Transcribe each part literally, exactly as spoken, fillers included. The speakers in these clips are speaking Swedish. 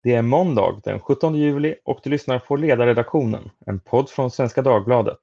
Det är måndag den sjuttonde juli och du lyssnar på Ledarredaktionen, en podd från Svenska Dagbladet.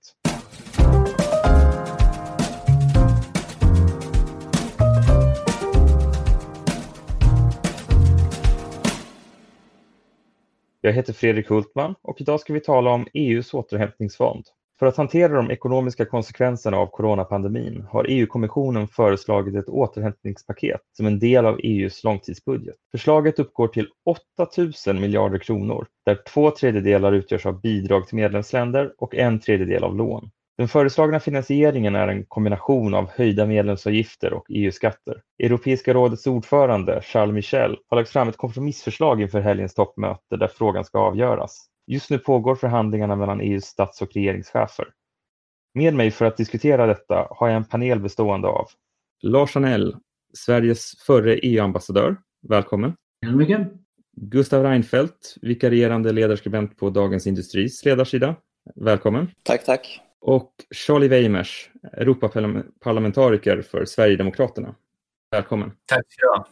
Jag heter Fredrik Hultman och idag ska vi tala om E U:s återhämtningsfond. För att hantera de ekonomiska konsekvenserna av coronapandemin har E U-kommissionen föreslagit ett återhämtningspaket som en del av E U:s långtidsbudget. Förslaget uppgår till åtta tusen miljarder kronor, där två tredjedelar utgörs av bidrag till medlemsländer och en tredjedel av lån. Den föreslagna finansieringen är en kombination av höjda medlemsavgifter och E U-skatter. Europeiska rådets ordförande Charles Michel har lagt fram ett kompromissförslag inför helgens toppmöte där frågan ska avgöras. Just nu pågår förhandlingarna mellan E U:s stats- och regeringschefer. Med mig för att diskutera detta har jag en panel bestående av Lars Anell, Sveriges förre E U-ambassadör. Välkommen. Ja, mycket. Gustav Reinfeldt, vikarierande ledarskribent på Dagens Industris ledarsida. Välkommen. Tack, tack. Och Charlie Weimers, Europaparlamentariker för Sverigedemokraterna. Välkommen. Tack ska du ha.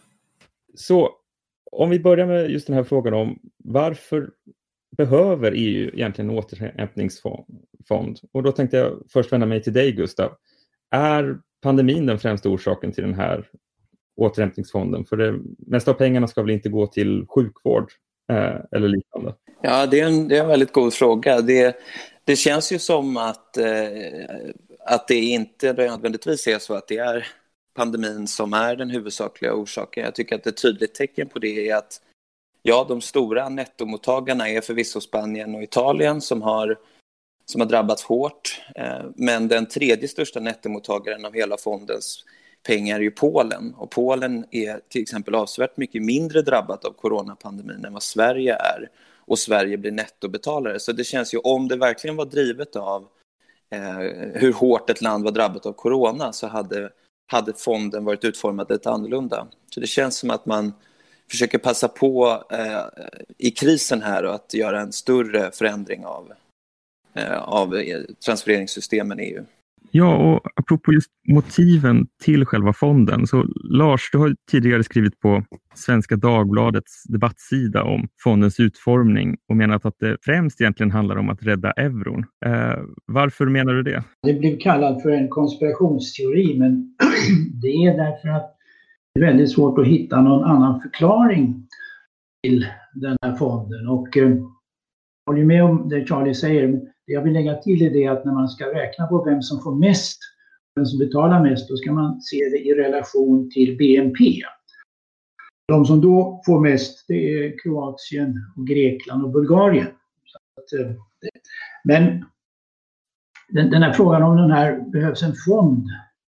Så om vi börjar med just den här frågan om varför behöver E U egentligen en återhämtningsfond? Och då tänkte jag först vända mig till dig, Gustav. Är pandemin den främsta orsaken till den här återhämtningsfonden? För det mesta av pengarna ska väl inte gå till sjukvård eh, eller liknande? Ja, det är en, det är en väldigt god fråga. Det, det känns ju som att, eh, att det inte nödvändigtvis är så att det är pandemin som är den huvudsakliga orsaken. Jag tycker att ett tydligt tecken på det är att ja, de stora nettomottagarna är förvisso Spanien och Italien som har, som har drabbats hårt. Eh, men den tredje största nettomottagaren av hela fondens pengar är ju Polen. Och Polen är till exempel avsevärt mycket mindre drabbat av coronapandemin än vad Sverige är. Och Sverige blir nettobetalare. Så det känns ju, om det verkligen var drivet av eh, hur hårt ett land var drabbat av corona, så hade, hade fonden varit utformad lite annorlunda. Så det känns som att man försöker passa på eh, i krisen här och att göra en större förändring av, eh, av transfereringssystemen i E U. Ja, och apropå just motiven till själva fonden. Så Lars, du har tidigare skrivit på Svenska Dagbladets debattsida om fondens utformning och menat att det främst egentligen handlar om att rädda euron. Eh, varför menar du det? Det blev kallat för en konspirationsteori, men det är därför att det är väldigt svårt att hitta någon annan förklaring till den här fonden. Och eh, jag håller med om det Charlie säger. Det jag vill lägga till är det att när man ska räkna på vem som får mest, vem som betalar mest, då ska man se det i relation till B N P. De som då får mest, det är Kroatien, och Grekland och Bulgarien. Så att, eh, men den, den här frågan om den här behövs en fond,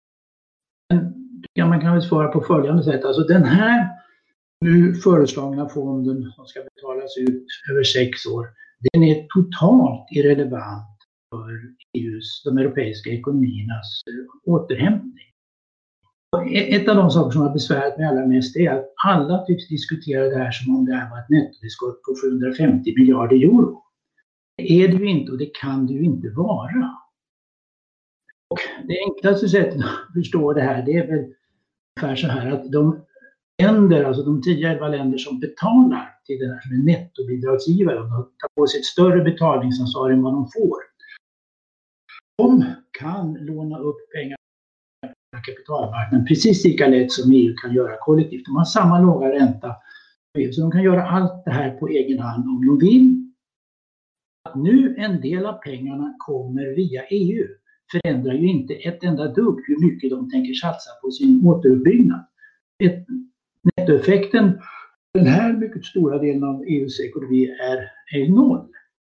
kan man kan väl svara på följande sätt. Alltså den här nu föreslagna fonden som ska betalas ut över sex år, den är totalt irrelevant för E U:s, de europeiska ekonomiernas återhämtning. Och ett av de saker som har besvärat mig allra mest är att alla tycks diskutera det här som om det här var ett nettotillskott på sjuhundrafemtio miljarder euro. Det är det ju inte, och det kan det ju inte vara. Och det enklaste sättet att förstå det här, det är väl ungefär så här att de länder, alltså de tio elva länder som betalar till den här som är nettobidragsgivare, och tar på sig ett större betalningsansvar än vad de får. De kan låna upp pengar på kapitalmarknaden precis lika lätt som E U kan göra kollektivt. De har samma låga ränta, så de kan göra allt det här på egen hand om de vill. Att nu en del av pengarna kommer via E U förändrar ju inte ett enda dugg hur mycket de tänker satsa på sin återuppbyggnad. Ett, nettoeffekten, den här mycket stora delen av E U:s ekonomi är, är noll.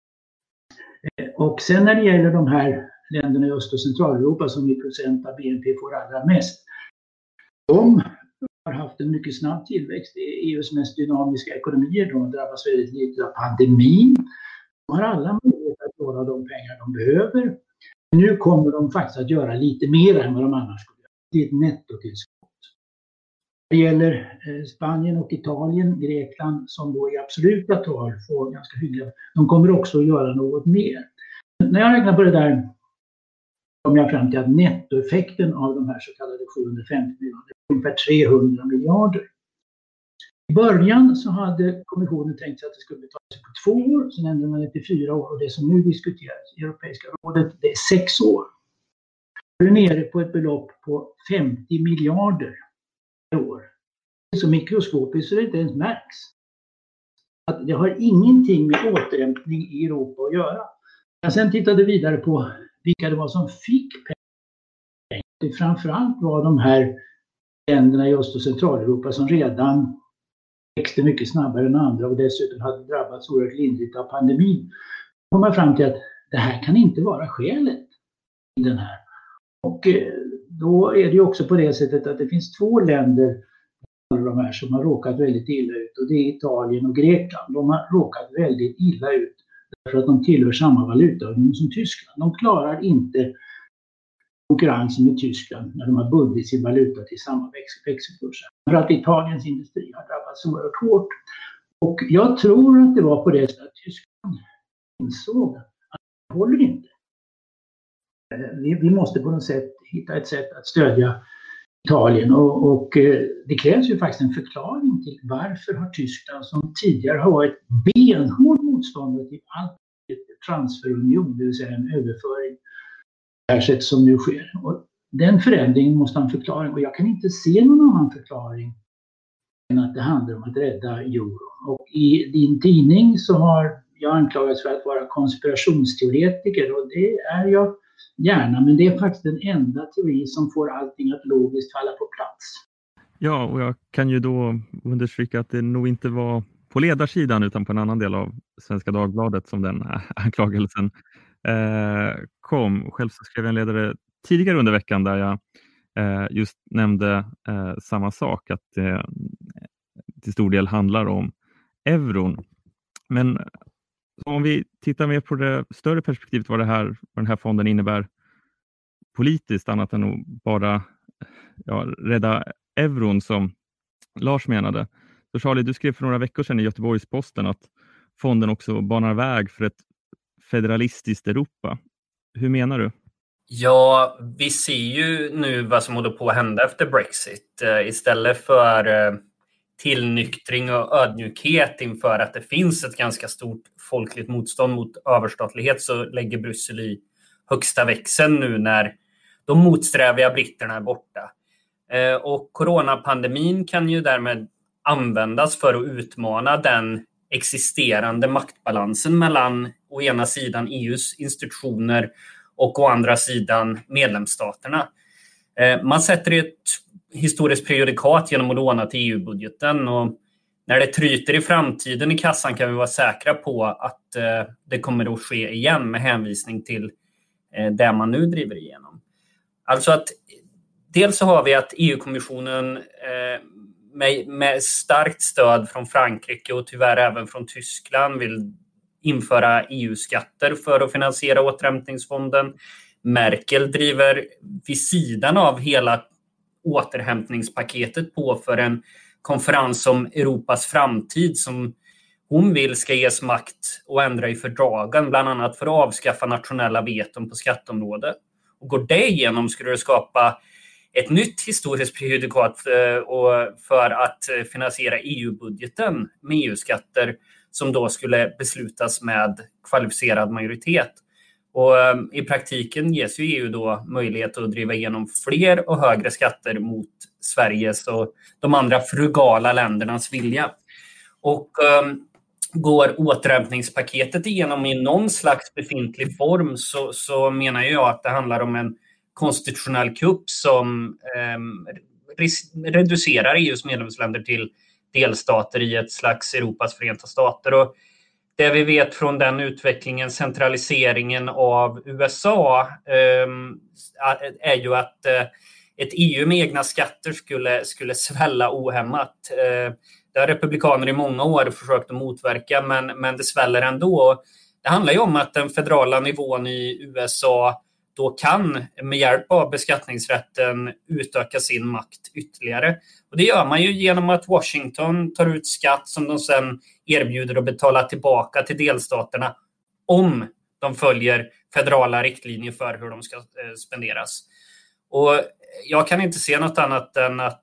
Och sen när det gäller de här länderna i Öst- och Centraleuropa som i procent av B N P får allra mest, de har haft en mycket snabb tillväxt. Det är E U:s mest dynamiska ekonomier. De drabbas väldigt lite av pandemin. De har alla möjligheter att låna de pengar de behöver. Nu kommer de faktiskt att göra lite mer än vad de annars skulle göra. Det är ett nettotillskott. Det gäller Spanien och Italien, Grekland, som då i absoluta tal får ganska hyggliga. De kommer också att göra något mer. När jag räknar på det där kom jag fram till att nettoeffekten av de här så kallade sjuhundrafemtio miljarder är ungefär trehundra miljarder. I början så hade kommissionen tänkt sig att det skulle betalas på två år, sen ändrade man det till fyra år och det som nu diskuteras i Europeiska rådet, det är sex år. Det är nere på ett belopp på femtio miljarder per år. Det är så mikroskopiskt så det inte ens märks. Att det har ingenting med återhämtning i Europa att göra. Jag sen tittade vidare på vilka det var som fick pengar. Det framförallt var de här länderna i Öst- och Centraleuropa som redan växte mycket snabbare än andra och dessutom hade drabbats oerhört lindrigt av pandemin. Då kom man fram till att det här kan inte vara skälet i den här. Och då är det ju också på det sättet att det finns två länder alla de här som har råkat väldigt illa ut och det är Italien och Grekland. De har råkat väldigt illa ut därför att de tillhör samma valutaunion som Tyskland. De klarar inte konkurrensen med Tyskland när de har bundit sin valuta till samma växelkurser. För att Italiens industri har drabbats oerhört hårt. Och jag tror att det var på det sättet att Tyskland insåg att det håller inte. Vi, vi måste på något sätt hitta ett sätt att stödja Italien och, och det krävs ju faktiskt en förklaring till varför har Tyskland som tidigare har varit benhård motståndare till allt transferunion, det vill säga en överföring det här sätt som nu sker. Och den förändringen måste ha en förklaring och jag kan inte se någon annan förklaring än att det handlar om att rädda euron. Och i din tidning så har jag anklagats för att vara konspirationsteoretiker och det är jag gärna, men det är faktiskt den enda teori som får allting att logiskt falla på plats. Ja, och jag kan ju då understryka att det nog inte var på ledarsidan utan på en annan del av Svenska Dagbladet som den anklagelsen eh, kom. Själv så skrev jag en ledare tidigare under veckan där jag eh, just nämnde eh, samma sak, att det eh, till stor del handlar om euron. Men om vi tittar mer på det större perspektivet vad, det här, vad den här fonden innebär politiskt, annat än att bara ja, rädda euron som Lars menade. Så Charlie, du skrev för några veckor sedan i Göteborgs-Posten att fonden också banar väg för ett federalistiskt Europa. Hur menar du? Ja, vi ser ju nu vad som håller på att hända efter Brexit. Istället för tillnyktring och ödmjukhet inför att det finns ett ganska stort folkligt motstånd mot överstatlighet så lägger Bryssel i högsta växeln nu när de motsträviga britterna är borta. Och coronapandemin kan ju därmed användas för att utmana den existerande maktbalansen mellan å ena sidan E U:s institutioner och å andra sidan medlemsstaterna. Man sätter ett historiskt prejudikat genom att låna till E U-budgeten och när det tryter i framtiden i kassan kan vi vara säkra på att det kommer att ske igen med hänvisning till det man nu driver igenom. Alltså att dels så har vi att E U-kommissionen med, med starkt stöd från Frankrike och tyvärr även från Tyskland vill införa E U-skatter för att finansiera återhämtningsfonden. Merkel driver vid sidan av hela återhämtningspaketet på för en konferens om Europas framtid som hon vill ska ges makt och ändra i fördragen, bland annat för att avskaffa nationella veton på skatteområdet. Och går det igenom skulle det skapa ett nytt historiskt prejudikat för att finansiera E U-budgeten med E U-skatter som då skulle beslutas med kvalificerad majoritet. Och i praktiken ges ju E U då möjlighet att driva igenom fler och högre skatter mot Sveriges och de andra frugala ländernas vilja. Och um, går återhämtningspaketet igenom i någon slags befintlig form så, så menar jag att det handlar om en konstitutionell kupp som um, ris- reducerar E U:s medlemsländer till delstater i ett slags Europas förenta stater. Och det vi vet från den utvecklingen, centraliseringen av U S A, um, är ju att uh, ett E U med egna skatter skulle, skulle svälla ohämmat. Uh, det har republikaner i många år försökt att motverka, men, men det sväller ändå. Det handlar ju om att den federala nivån i U S A då kan med hjälp av beskattningsrätten utöka sin makt ytterligare. Och det gör man ju genom att Washington tar ut skatt som de sedan erbjuder att betala tillbaka till delstaterna om de följer federala riktlinjer för hur de ska spenderas. Och jag kan inte se något annat än att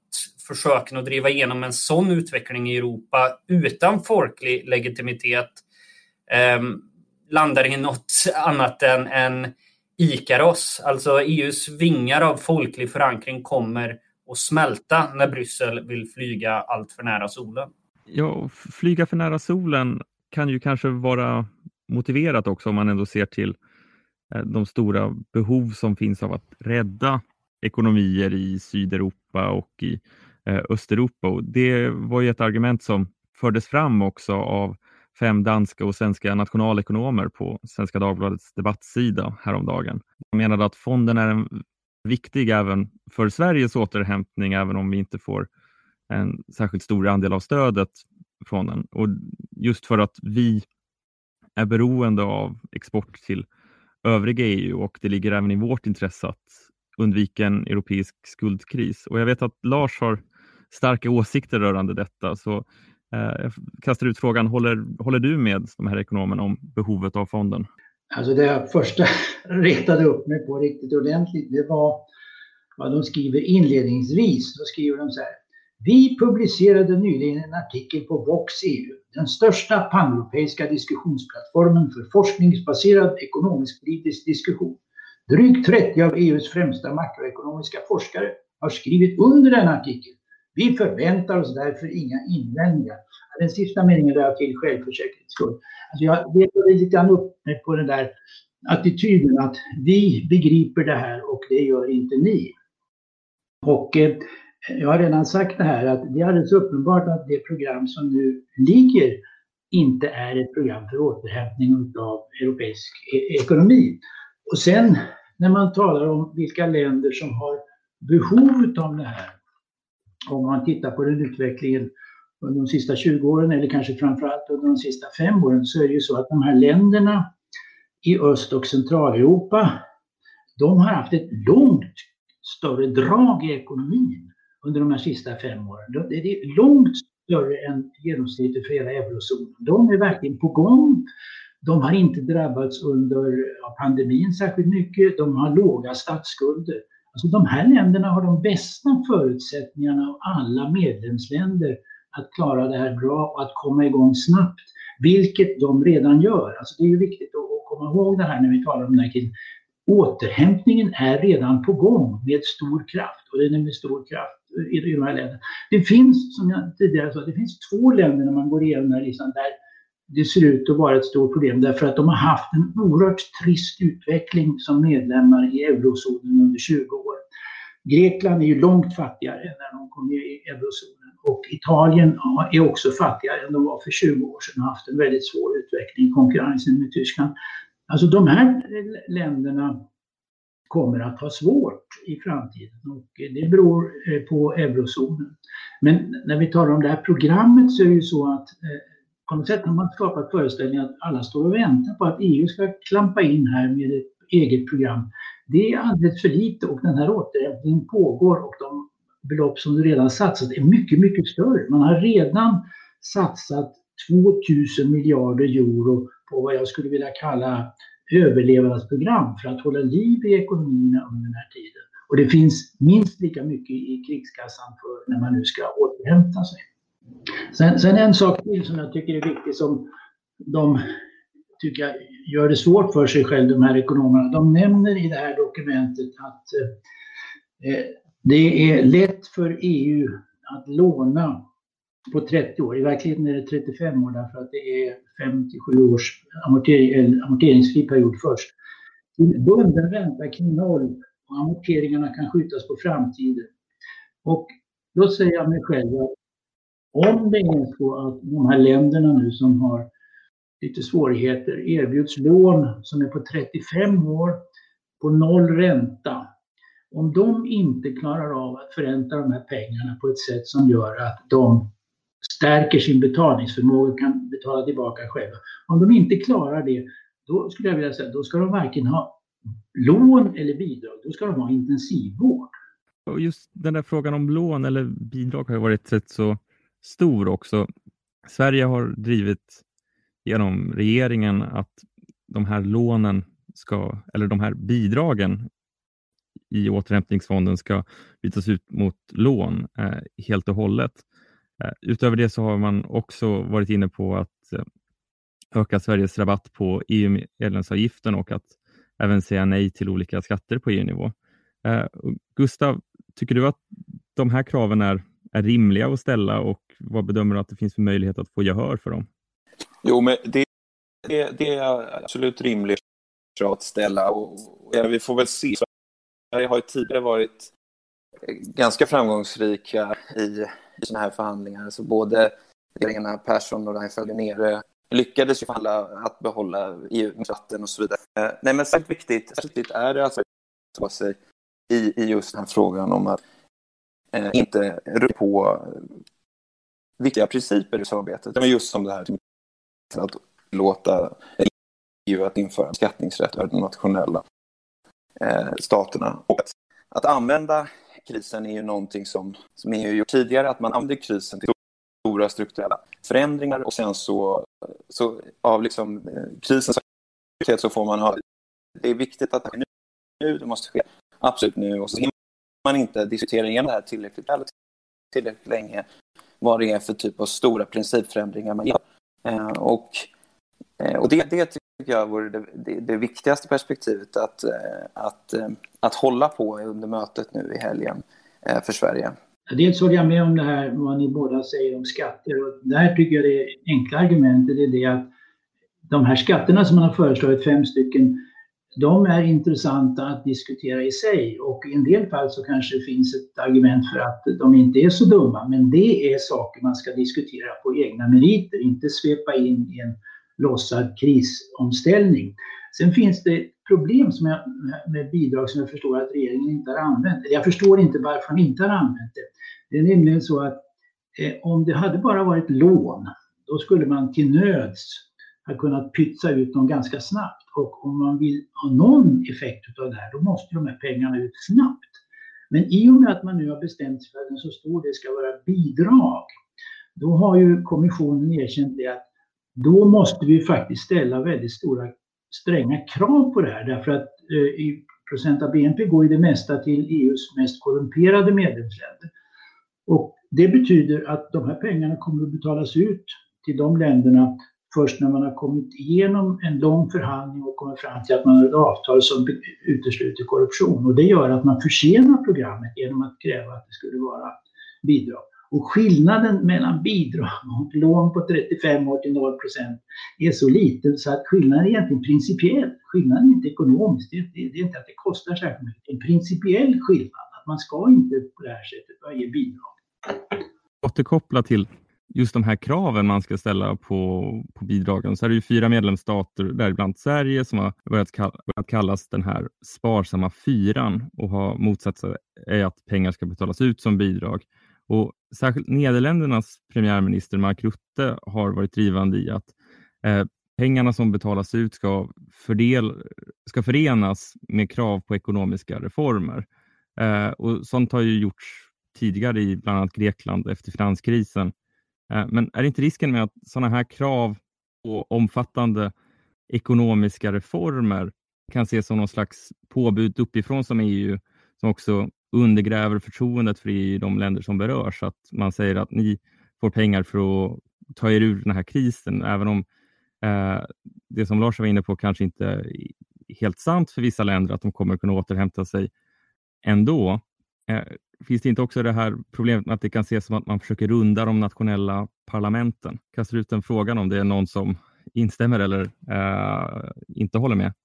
försöken att driva igenom en sån utveckling i Europa utan folklig legitimitet eh, landar i något annat än, än Ikaros. Alltså E U:s vingar av folklig förankring kommer att smälta när Bryssel vill flyga allt för nära solen. Ja, flyga för nära solen kan ju kanske vara motiverat också om man ändå ser till de stora behov som finns av att rädda ekonomier i Sydeuropa och i Östeuropa. Och det var ju ett argument som fördes fram också av fem danska och svenska nationalekonomer på Svenska Dagbladets debattsida häromdagen. De menade att fonden är en viktig även för Sveriges återhämtning, även om vi inte får en särskilt stor andel av stödet från den. Och just för att vi är beroende av export till övriga E U och det ligger även i vårt intresse att undvika en europeisk skuldkris. Och jag vet att Lars har starka åsikter rörande detta, så eh, jag kastar ut frågan, håller, håller du med de här ekonomerna om behovet av fonden? Alltså det jag första retade upp mig på riktigt ordentligt, det var vad de skriver inledningsvis. Då skriver de så här: vi publicerade nyligen en artikel på Vox E U, den största paneuropeiska diskussionsplattformen för forskningsbaserad ekonomisk-politisk diskussion. Drygt trettio av E U:s främsta makroekonomiska forskare har skrivit under den artikeln. Vi förväntar oss därför inga invändningar. Den sista meningen där till självförsäkringens skull. Alltså jag vet lite grann upp på den där attityden att vi begriper det här och det gör inte ni. Och eh, jag har redan sagt det här att det är alldeles uppenbart att det program som nu ligger inte är ett program för återhämtning av europeisk e- ekonomi. Och sen när man talar om vilka länder som har behov av det här, om man tittar på den utvecklingen under de sista tjugo åren eller kanske framförallt under de sista fem åren, så är det ju så att de här länderna i Öst- och Centraleuropa, de har haft ett långt större drag i ekonomin under de här sista fem åren. Det är långt större än genomsnittet för hela eurozonen. De är verkligen på gång. De har inte drabbats under pandemin särskilt mycket. De har låga statsskulder. Alltså de här länderna har de bästa förutsättningarna av alla medlemsländer att klara det här bra och att komma igång snabbt, vilket de redan gör. Alltså det är ju viktigt att komma ihåg det här när vi talar om den här krisen. Återhämtningen är redan på gång med stor kraft, och den är med stor kraft i de här länderna. Det finns, som jag tidigare sa, det finns två länder när man går igenom den här listan där det ser ut att vara ett stort problem, därför att de har haft en oerhört trist utveckling som medlemmar i eurozonen under tjugo år. Grekland är ju långt fattigare än när de kom med i eurozonen, och Italien är också fattigare än de var för tjugo år sedan och har haft en väldigt svår utveckling i konkurrensen med Tyskland. Alltså de här länderna kommer att ha svårt i framtiden, och det beror på eurozonen. Men när vi talar om det här programmet så är det ju så att på något sätt har man skapat föreställningen att alla står och väntar på att E U ska klampa in här med ett eget program. Det är alldeles för lite, och den här återhämtningen pågår, och de belopp som du redan satsat är mycket, mycket större. Man har redan satsat tvåtusen miljarder euro på vad jag skulle vilja kalla överlevnadsprogram för att hålla liv i ekonomierna under den här tiden. Och det finns minst lika mycket i krigskassan för när man nu ska återhämta sig. Sen, sen en sak till som jag tycker är viktig, som de tycker jag gör det svårt för sig själv, de här ekonomerna. De nämner i det här dokumentet att eh, det är lätt för E U att låna på trettio år. I verkligheten är det trettiofem år, därför att det är fem till sju års amortering, amorteringsfri period först. Bunden ränta kring noll, och amorteringarna kan skjutas på framtiden. Och då säger jag mig själv att om det är så att de här länderna nu som har lite svårigheter erbjuds lån som är på trettiofem år på noll ränta, om de inte klarar av att förränta de här pengarna på ett sätt som gör att de stärker sin betalningsförmåga och kan betala tillbaka själva. Om de inte klarar det, då skulle jag vilja säga, då ska de varken ha lån eller bidrag, då ska de ha intensivvård. Och just den där frågan om lån eller bidrag har ju varit rätt så stor också. Sverige har drivit genom regeringen att de här lånen ska, eller de här bidragen i återhämtningsfonden ska bytas ut mot lån eh, helt och hållet. Eh, utöver det så har man också varit inne på att eh, öka Sveriges rabatt på E U-medlemsavgiften och att även säga nej till olika skatter på E U-nivå. Eh, Gustav, tycker du att de här kraven är, är rimliga att ställa och vad bedömer du att det finns för möjlighet att få gehör för dem? Jo, men det, det, det är absolut rimligt att ställa och ja, vi får väl se. Sverige har ju tidigare varit ganska framgångsrika i, i sådana här förhandlingar. Så både regeringarna Persson och Reinfeldt nere lyckades ju förhandla att behålla E U-skatten och så vidare. Nej, men särskilt viktigt, särskilt viktigt är det att ta sig i, i just den här frågan om att eh, inte röra på viktiga principer i samarbetet. Men just som det här att låta E U att införa beskattningsrätt över de nationella eh, staterna. Och att, att använda krisen är ju någonting som, som E U gjort tidigare, att man använder krisen till stora strukturella förändringar och sen så, så av liksom eh, krisens aktivitet så får man ha, det är viktigt att det nu, nu, det måste ske absolut nu och så hinner man inte diskutera igen det här tillräckligt, eller tillräckligt länge vad det är för typ av stora principförändringar man gör. Eh, och och det, det tycker jag vore det, det, det viktigaste perspektivet att, att, att hålla på under mötet nu i helgen för Sverige. Dels håller jag med om det här vad ni båda säger om skatter. Och där tycker jag det enkla argumentet är det att de här skatterna som man har föreslagit, fem stycken, de är intressanta att diskutera i sig. Och i en del fall så kanske det finns ett argument för att de inte är så dumma. Men det är saker man ska diskutera på egna meriter, inte svepa in i en låtsad krisomställning. Sen finns det problem som jag, med bidrag som jag förstår att regeringen inte har använt. Jag förstår inte varför man inte har använt det. Det är nämligen så att eh, om det hade bara varit lån, då skulle man till nöds ha kunnat pytsa ut dem ganska snabbt. Och om man vill ha någon effekt av det här, då måste de här pengarna ut snabbt. Men i och med att man nu har bestämt sig för att en så stor del ska vara bidrag, då har ju kommissionen erkänt det att då måste vi faktiskt ställa väldigt stora, stränga krav på det här. Därför att eh, i procent av B N P går ju det mesta till E U:s mest korrumperade medlemsländer. Och det betyder att de här pengarna kommer att betalas ut till de länderna först när man har kommit igenom en lång förhandling och kommer fram till att man har ett avtal som utesluter korruption. Och det gör att man försenar programmet genom att kräva att det skulle vara bidrag. Och skillnaden mellan bidrag och lån på trettiofem år till noll procent är så liten så att skillnaden är egentligen principiell. Skillnaden är inte ekonomisk, det är, det är inte att det kostar särskilt mycket. Det är en principiell skillnad, att man ska inte på det här sättet ge bidrag. Återkoppla till just de här kraven man ska ställa på, på bidragen, så är det ju fyra medlemsstater, däribland Sverige, som har börjat, kall, börjat kallas den här sparsamma fyran och har motsatt sig att pengar ska betalas ut som bidrag. Och särskilt Nederländernas premiärminister Mark Rutte har varit drivande i att eh, pengarna som betalas ut ska, fördel, ska förenas med krav på ekonomiska reformer. Eh, och sånt har ju gjorts tidigare i bland annat Grekland efter finanskrisen. Eh, men är det inte risken med att sådana här krav på omfattande ekonomiska reformer kan ses som någon slags påbud uppifrån som E U, som också undergräver förtroendet för E U i de länder som berörs, att man säger att ni får pengar för att ta er ur den här krisen, även om eh, det som Lars var inne på kanske inte är helt sant för vissa länder, att de kommer kunna återhämta sig ändå. Eh, finns det inte också det här problemet med att det kan ses som att man försöker runda de nationella parlamenten? Kastar ut en frågan om det är någon som instämmer eller eh, inte håller med.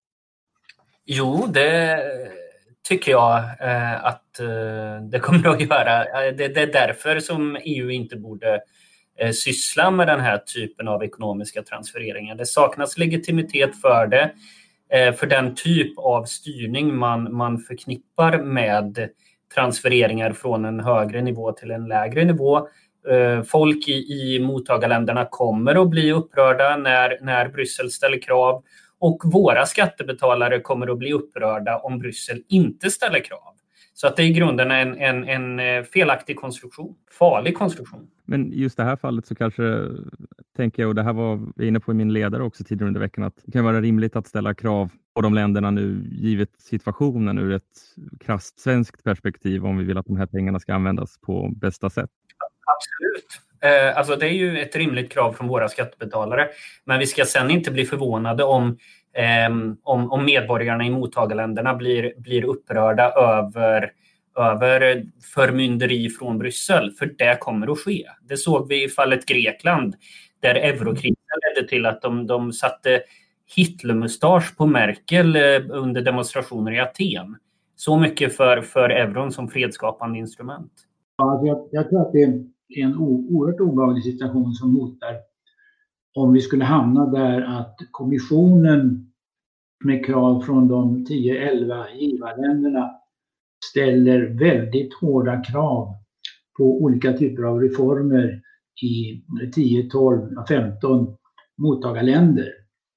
Jo, det tycker jag eh, att eh, det kommer att göra. Det, det är därför som E U inte borde eh, syssla med den här typen av ekonomiska transfereringar. Det saknas legitimitet för det, eh, för den typ av styrning man, man förknippar med transfereringar från en högre nivå till en lägre nivå. Eh, folk i, i mottagarländerna kommer att bli upprörda när, när Bryssel ställer krav. Och våra skattebetalare kommer att bli upprörda om Bryssel inte ställer krav. Så att det är i grunden en, en, en felaktig konstruktion, farlig konstruktion. Men just det här fallet så kanske, tänker jag, och det här var vi inne på i min ledare också tidigare under veckan, att det kan vara rimligt att ställa krav på de länderna nu, givet situationen ur ett krasst svenskt perspektiv, om vi vill att de här pengarna ska användas på bästa sätt. Absolut. Eh, alltså det är ju ett rimligt krav från våra skattebetalare. Men vi ska sen inte bli förvånade om, eh, om, om medborgarna i mottagarländerna blir, blir upprörda över, över förmynderi från Bryssel. För det kommer att ske. Det såg vi i fallet Grekland, där eurokrisen ledde till att de, de satte Hitlermustasch på Merkel under demonstrationer i Aten. Så mycket för, för euron som fredsskapande instrument. Ja, jag, jag tror att det är en o, oerhört obehaglig situation som hotar om vi skulle hamna där att kommissionen med krav från de tio elva givarländerna ställer väldigt hårda krav på olika typer av reformer i tio, tolv, femton mottagarländer.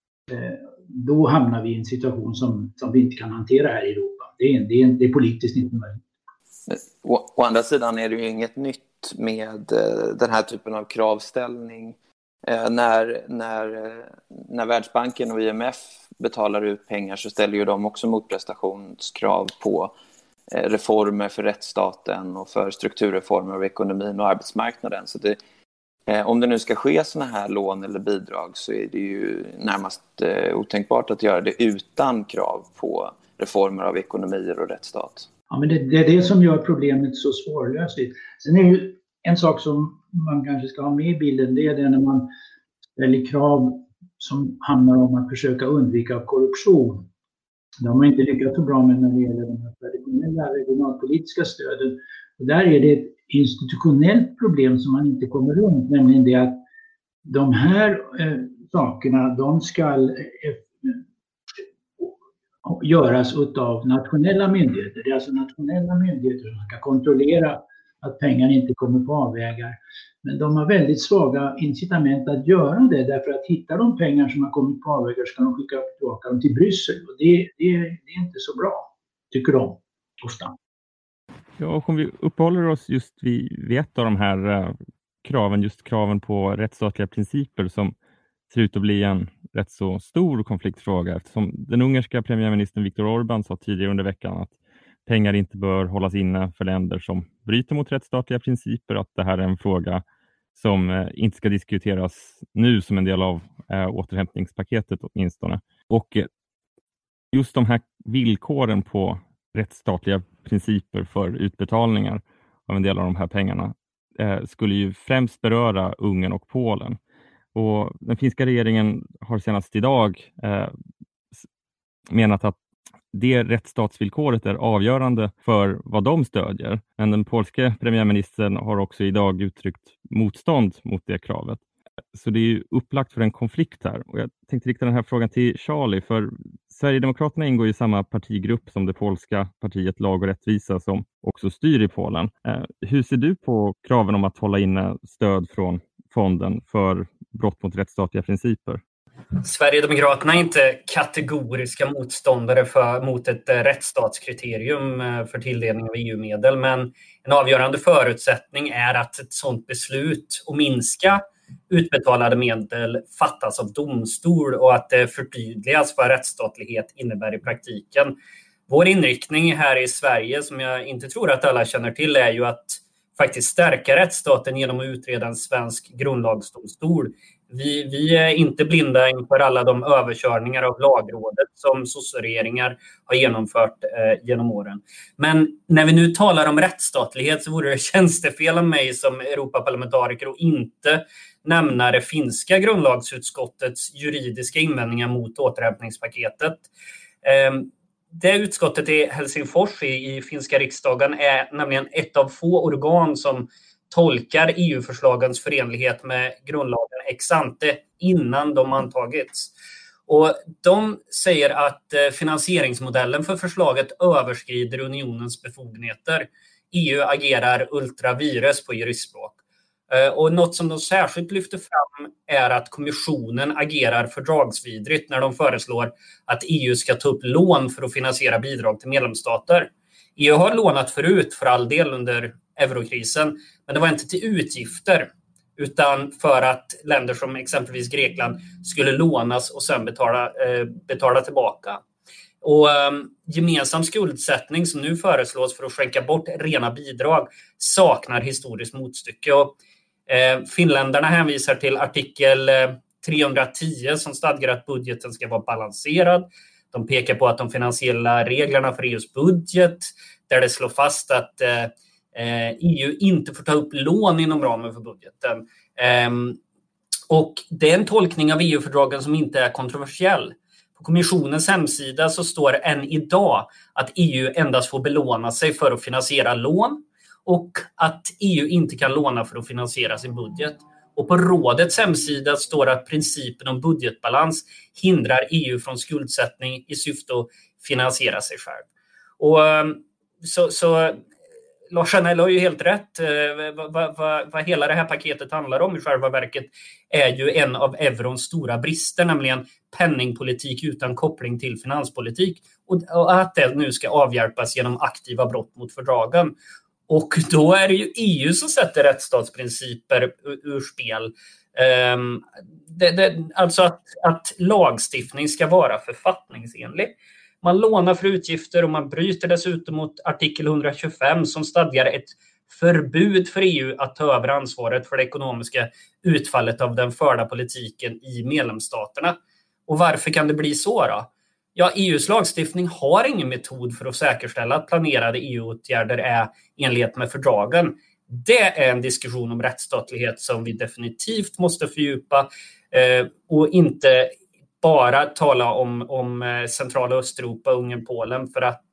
Då hamnar vi i en situation som, som vi inte kan hantera här i Europa. Det är, det är, det är politiskt inte möjligt. Å, å andra sidan är det ju inget nytt med eh, den här typen av kravställning. Eh, när, när, eh, när Världsbanken och I M F betalar ut pengar så ställer ju de också motprestationskrav på eh, reformer för rättsstaten och för strukturreformer av ekonomin och arbetsmarknaden. Så det, eh, om det nu ska ske såna här lån eller bidrag så är det ju närmast eh, otänkbart att göra det utan krav på reformer av ekonomier och rättsstat. Ja, men det, det är det som gör problemet så svårlösligt. Sen är ju en sak som man kanske ska ha med i bilden, det är det när man ställer krav som handlar om att försöka undvika korruption. Det har man inte lyckats så bra med när det gäller de här traditionella regionalpolitiska stöden. Och där är det ett institutionellt problem som man inte kommer runt, nämligen det att de här eh, sakerna, de ska eh, göras av nationella myndigheter. Det är alltså nationella myndigheter som ska kontrollera att pengar inte kommer på avvägar. Men de har väldigt svaga incitament att göra det, därför att hittar de pengar som har kommit på avvägar ska de skicka tillbaka dem till Bryssel. Och det, det, det är inte så bra, tycker de ofta. Ja, och om vi uppehåller oss just vid, vid ett av de här uh, kraven, just kraven på rättsstatliga principer som ser ut att bli en rätt så stor konfliktfråga, eftersom den ungerska premiärministern Viktor Orbán sa tidigare under veckan att pengar inte bör hållas inne för länder som bryter mot rättsstatliga principer, att det här är en fråga som eh, inte ska diskuteras nu som en del av eh, återhämtningspaketet åtminstone. Och eh, just de här villkoren på rättsstatliga principer för utbetalningar av en del av de här pengarna eh, skulle ju främst beröra Ungern och Polen. Och den finska regeringen har senast idag eh, menat att det rättsstatsvillkoret är avgörande för vad de stödjer. Men den polske premiärministern har också idag uttryckt motstånd mot det kravet. Så det är ju upplagt för en konflikt här. Och jag tänkte rikta den här frågan till Charlie, för Sverigedemokraterna ingår i samma partigrupp som det polska partiet Lag och rättvisa som också styr i Polen. Eh, hur ser du på kraven om att hålla inne stöd från fonden för brott mot rättsstatliga principer? Sverigedemokraterna är inte kategoriska motståndare för, mot ett rättsstatskriterium för tilldelning av E U-medel, men en avgörande förutsättning är att ett sådant beslut att minska utbetalade medel fattas av domstol och att det förtydligas vad rättsstatlighet innebär i praktiken. Vår inriktning här i Sverige, som jag inte tror att alla känner till, är ju att faktiskt stärka rättsstaten genom att utreda en svensk grundlagsdomstol. Vi, vi är inte blinda inför alla de överkörningar av lagrådet som sosseregeringar har genomfört eh, genom åren. Men när vi nu talar om rättsstatlighet så vore det tjänstefel av mig som Europaparlamentariker och inte nämna det finska grundlagsutskottets juridiska invändningar mot återhämtningspaketet. Eh, det utskottet i Helsingfors i, i finska riksdagen är nämligen ett av få organ som tolkar E U-förslagens förenlighet med grundlagen ex ante innan de antagits. Och de säger att finansieringsmodellen för förslaget överskrider unionens befogenheter. E U agerar ultra vires på juristspråk. Och något som de särskilt lyfter fram är att kommissionen agerar fördragsvidrigt när de föreslår att E U ska ta upp lån för att finansiera bidrag till medlemsstater. E U har lånat förut för all del under eurokrisen, men det var inte till utgifter utan för att länder som exempelvis Grekland skulle lånas och sen betala, eh, betala tillbaka. Och eh, gemensam skuldsättning som nu föreslås för att skänka bort rena bidrag saknar historiskt motstycke. Och, eh, finländarna hänvisar till artikel eh, trehundratio som stadgar att budgeten ska vara balanserad. De pekar på att de finansiella reglerna för E U:s budget, där det slår fast att eh, E U inte får ta upp lån inom ramen för budgeten. Um, och det är en tolkning av E U-fördragen som inte är kontroversiell. På kommissionens hemsida så står än idag att E U endast får belåna sig för att finansiera lån och att E U inte kan låna för att finansiera sin budget. Och på rådets hemsida står att principen om budgetbalans hindrar E U från skuldsättning i syfte att finansiera sig själv. Och um, så... så Lars Anell har ju helt rätt. Vad, vad, vad hela det här paketet handlar om i själva verket är ju en av eurons stora brister, nämligen penningpolitik utan koppling till finanspolitik. Och, och att det nu ska avhjälpas genom aktiva brott mot fördragen. Och då är det ju E U som sätter rättsstatsprinciper ur, ur spel. Um, det, det, alltså att, att lagstiftning ska vara författningsenlig. Man lånar för utgifter och man bryter dessutom mot artikel etthundratjugofem som stadgar ett förbud för E U att ta över ansvaret för det ekonomiska utfallet av den förda politiken i medlemsstaterna. Och varför kan det bli så då? Ja, E U:s lagstiftning har ingen metod för att säkerställa att planerade E U-åtgärder är i enlighet med fördragen. Det är en diskussion om rättsstatlighet som vi definitivt måste fördjupa eh, och inte bara tala om, om centrala Östeuropa, Ungern, Polen, för att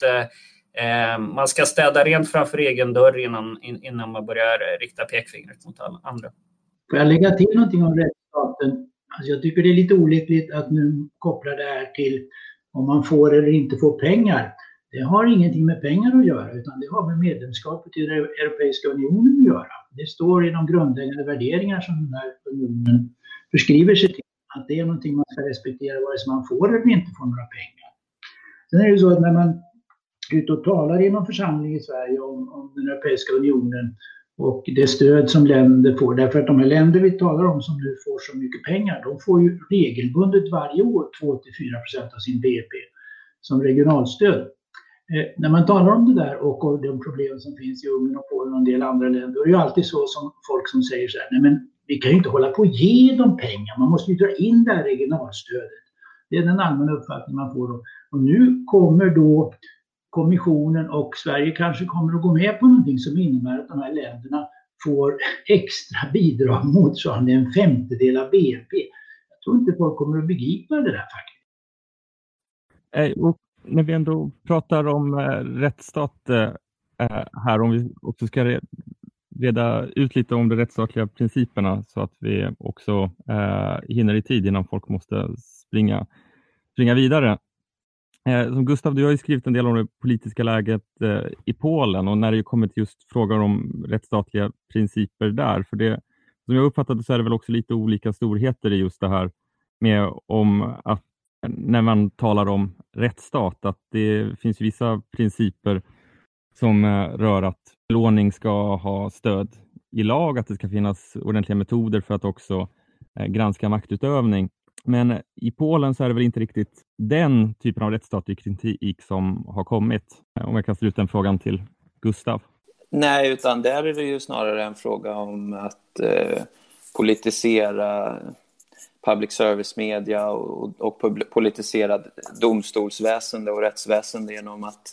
eh, man ska städa rent framför egen dörr innan, innan man börjar rikta pekfingret mot alla andra. Får jag lägga till någonting om rättsstaten? Alltså jag tycker det är lite olyckligt att nu koppla det här till om man får eller inte får pengar. Det har ingenting med pengar att göra, utan det har med medlemskapet i den Europeiska unionen att göra. Det står i de grundläggande värderingar som den här unionen förskriver sig till. Att det är någonting man ska respektera vare sig man får eller inte får några pengar. Sen är det så att när man är ute och talar i någon församling i Sverige om, om den Europeiska unionen och det stöd som länder får, därför att de här länder vi talar om som nu får så mycket pengar, de får ju regelbundet varje år två till fyra procent av sin B N P som regionalstöd. Eh, när man talar om det där och, och de problem som finns i Ungern och Polen och en del andra länder, då är det ju alltid så som folk som säger så här, nej men vi kan ju inte hålla på att ge dem pengar. Man måste ju dra in det här regionalstödet. Det är den allmänna uppfattning man får då. Och nu kommer då kommissionen och Sverige kanske kommer att gå med på någonting som innebär att de här länderna får extra bidrag motsvarande en femtedel av B N P. Jag tror inte folk kommer att begripa det där faktiskt. Och när vi ändå pratar om rättsstat här, om vi också ska reda ut lite om de rättsstatliga principerna så att vi också eh, hinner i tid innan folk måste springa, springa vidare. Eh, som Gustav, du har ju skrivit en del om det politiska läget eh, i Polen och när det kommer till just frågor om rättsstatliga principer där. För det, som jag uppfattade så är det väl också lite olika storheter i just det här med om att när man talar om rättsstat att det finns vissa principer som eh, rör att belåning ska ha stöd i lag, att det ska finnas ordentliga metoder för att också eh, granska maktutövning. Men i Polen så är det väl inte riktigt den typen av rättsstatlig kritik som har kommit. Om jag kastar ut den frågan till Gustav. Nej, utan där är det ju snarare en fråga om att eh, politisera public service media och, och politisera domstolsväsende och rättsväsende genom att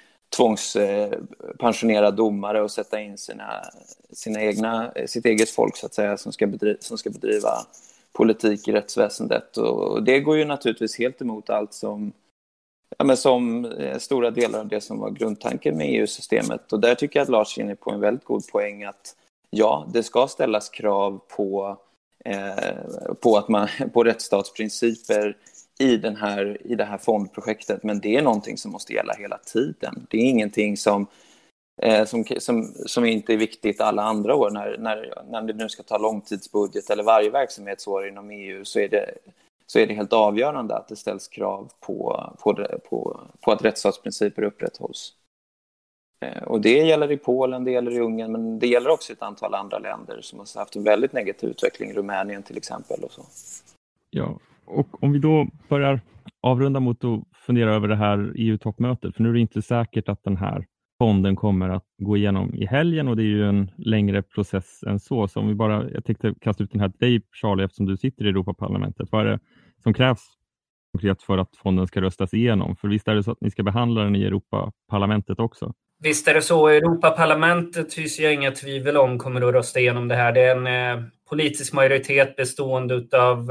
tvångspensionera domare och sätta in sina, sina egna, sitt eget folk så att säga som ska bedriva, som ska bedriva politik i rättsväsendet. Och det går ju naturligtvis helt emot allt som, ja, men som stora delar av det som var grundtanken med E U-systemet. Och där tycker jag att Lars är inne på en väldigt god poäng att ja, det ska ställas krav på, eh, på, att man, på rättsstatsprinciper i, den här, i det här fondprojektet, men det är någonting som måste gälla hela tiden. Det är ingenting som, eh, som, som, som inte är viktigt alla andra år. När, när, när det nu ska ta långtidsbudget eller varje verksamhetsår inom E U så är det, så är det helt avgörande att det ställs krav på, på, på, på att rättsstatsprinciper upprätthålls. Och det gäller i Polen, det gäller i Ungern, men det gäller också ett antal andra länder som har haft en väldigt negativ utveckling, Rumänien till exempel. Och så. Ja, och om vi då börjar avrunda mot att fundera över det här E U-toppmötet, för nu är det inte säkert att den här fonden kommer att gå igenom i helgen, och det är ju en längre process än så. Så om vi bara, jag tänkte kasta ut den här till dig, Charlie, eftersom du sitter i Europaparlamentet. Vad är det som krävs konkret för att fonden ska röstas igenom? För visst är det så att ni ska behandla den i Europaparlamentet också? Visst är det så. Europaparlamentet hyser jag inga tvivel om kommer att rösta igenom det här. Det är en eh, politisk majoritet bestående av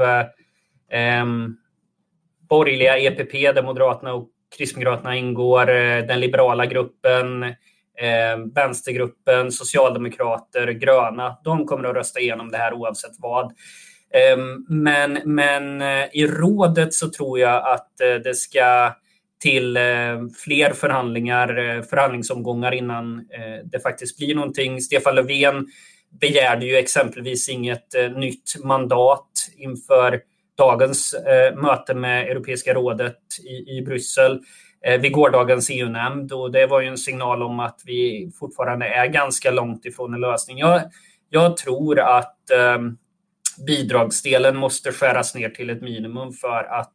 eh, borgerliga E P P, där Moderaterna och Kristdemokraterna ingår, eh, den liberala gruppen, eh, vänstergruppen, socialdemokrater, gröna. De kommer att rösta igenom det här oavsett vad. Men, men i rådet så tror jag att det ska till fler förhandlingar, förhandlingsomgångar innan det faktiskt blir någonting. Stefan Löfven begärde ju exempelvis inget nytt mandat inför dagens möte med Europeiska rådet i, i Bryssel vid gårdagens E U-nämnd, och det var ju en signal om att vi fortfarande är ganska långt ifrån en lösning. Jag, jag tror att bidragsdelen måste skäras ner till ett minimum för att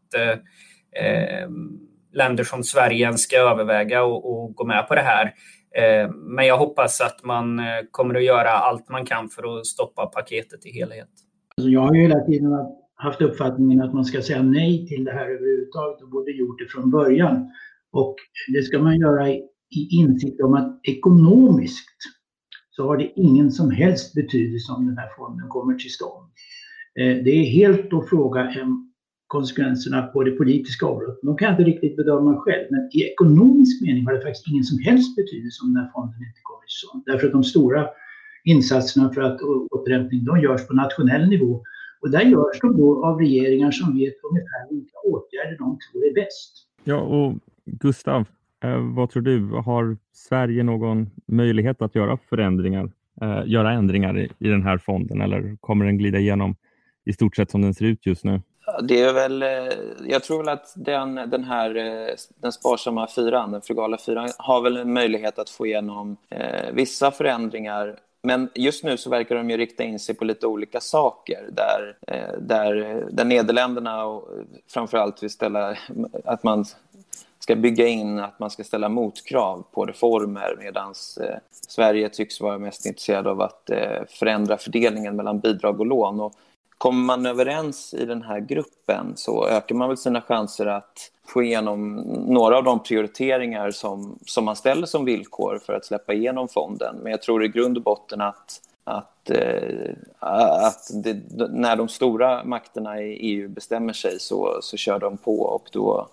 eh, länder som Sverige ska överväga och, och gå med på det här. Eh, men jag hoppas att man kommer att göra allt man kan för att stoppa paketet i helhet. Alltså jag har ju hela tiden haft uppfattningen att man ska säga nej till det här överhuvudtaget och borde gjort det från början. Och det ska man göra i, i insikt om att ekonomiskt så har det ingen som helst betydelse om den här fonden kommer till stånd. Det är helt att fråga om konsekvenserna på det politiska området. De kan jag inte riktigt bedöma själv, men i ekonomisk mening har det faktiskt ingen som helst betydelse om den här fonden inte kommer till stånd. Därför att de stora insatserna för att återhämtning, de görs på nationell nivå. Och där görs de då av regeringar som vet ungefär vilka åtgärder de tror är bäst. Ja, och Gustav, vad tror du? Har Sverige någon möjlighet att göra förändringar, göra ändringar i, i den här fonden, eller kommer den glida igenom i stort sett som den ser ut just nu? Det är väl, jag tror väl att den, den här den sparsamma fyran, den frugala fyran, har väl en möjlighet att få igenom eh, vissa förändringar. Men just nu så verkar de ju rikta in sig på lite olika saker där, eh, där, där Nederländerna och framförallt vill ställa att man ska bygga in att man ska ställa motkrav på reformer, medan eh, Sverige tycks vara mest intresserad av att eh, förändra fördelningen mellan bidrag och lån. Och kommer man överens i den här gruppen så ökar man väl sina chanser att få igenom några av de prioriteringar som, som man ställer som villkor för att släppa igenom fonden. Men jag tror i grund och botten att, att, eh, att det, när de stora makterna i E U bestämmer sig så, så kör de på, och då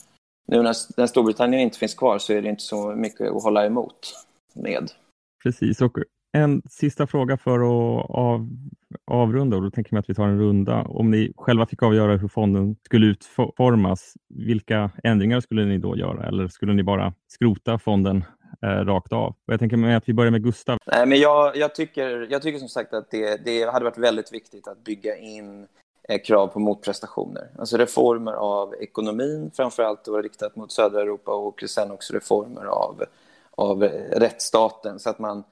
nu när, när Storbritannien inte finns kvar så är det inte så mycket att hålla emot med. Precis, och en sista fråga för att av, avrunda, och då tänker jag att vi tar en runda. Om ni själva fick avgöra hur fonden skulle utformas, vilka ändringar skulle ni då göra? Eller skulle ni bara skrota fonden eh, rakt av? Och jag tänker mig att vi börjar med Gustav. Nej, men jag, jag, tycker, jag tycker som sagt att det, det hade varit väldigt viktigt att bygga in eh, krav på motprestationer. Alltså reformer av ekonomin, framförallt då riktat mot södra Europa, och sen också reformer av, av rättsstaten, så att man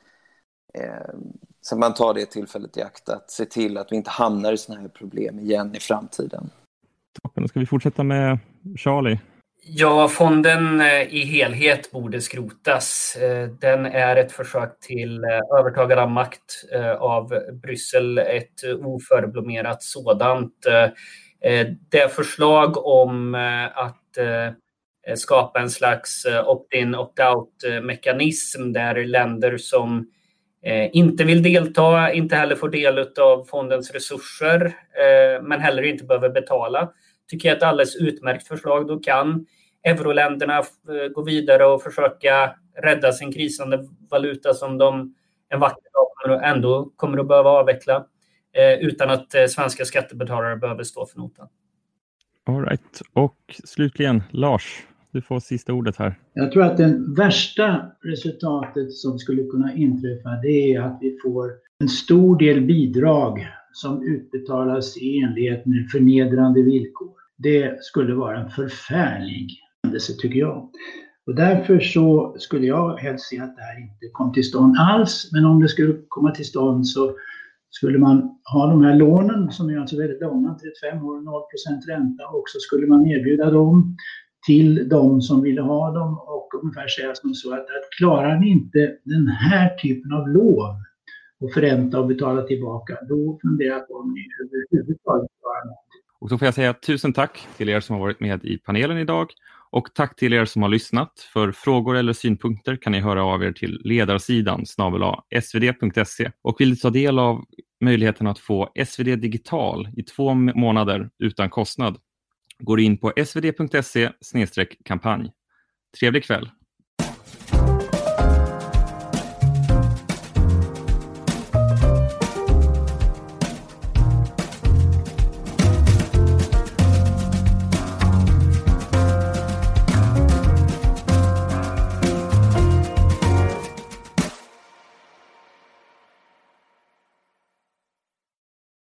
Eh, så man tar det tillfället i akt att se till att vi inte hamnar i såna här problem igen i framtiden. Toppen. Då ska vi fortsätta med Charlie. Ja, fonden i helhet borde skrotas. Den är ett försök till övertagande av makt av Bryssel, ett oförblommerat sådant. Det förslag om att skapa en slags opt-in, opt-out-mekanism där länder som inte vill delta, inte heller får del av fondens resurser, men heller inte behöver betala, tycker jag är ett alldeles utmärkt förslag. Då kan euroländerna gå vidare och försöka rädda sin krisande valuta som de en vacker dag ändå kommer att behöva avveckla, utan att svenska skattebetalare behöver stå för notan. All right. Och slutligen, Lars, du får sista ordet här. Jag tror att det värsta resultatet som skulle kunna inträffa, det är att vi får en stor del bidrag som utbetalas i enlighet med förnedrande villkor. Det skulle vara en förfärlig händelse, tycker jag. Och därför så skulle jag helst se att det här inte kom till stånd alls. Men om det skulle komma till stånd så skulle man ha de här lånen som är alltså väldigt långa, trettiofem år, noll procent ränta, och så skulle man erbjuda dem till de som ville ha dem och ungefär säga som så att, att klarar ni inte den här typen av lån och förränta och betala tillbaka, då funderar jag på om ni överhuvudtaget klarar någonting. Och då får jag säga tusen tack till er som har varit med i panelen idag. Och tack till er som har lyssnat. För frågor eller synpunkter kan ni höra av er till ledarsidan snabel-a svd punkt se. Och vill ta del av möjligheten att få S V D digital i två månader utan kostnad, går in på svd punkt se slash kampanj. Trevlig kväll!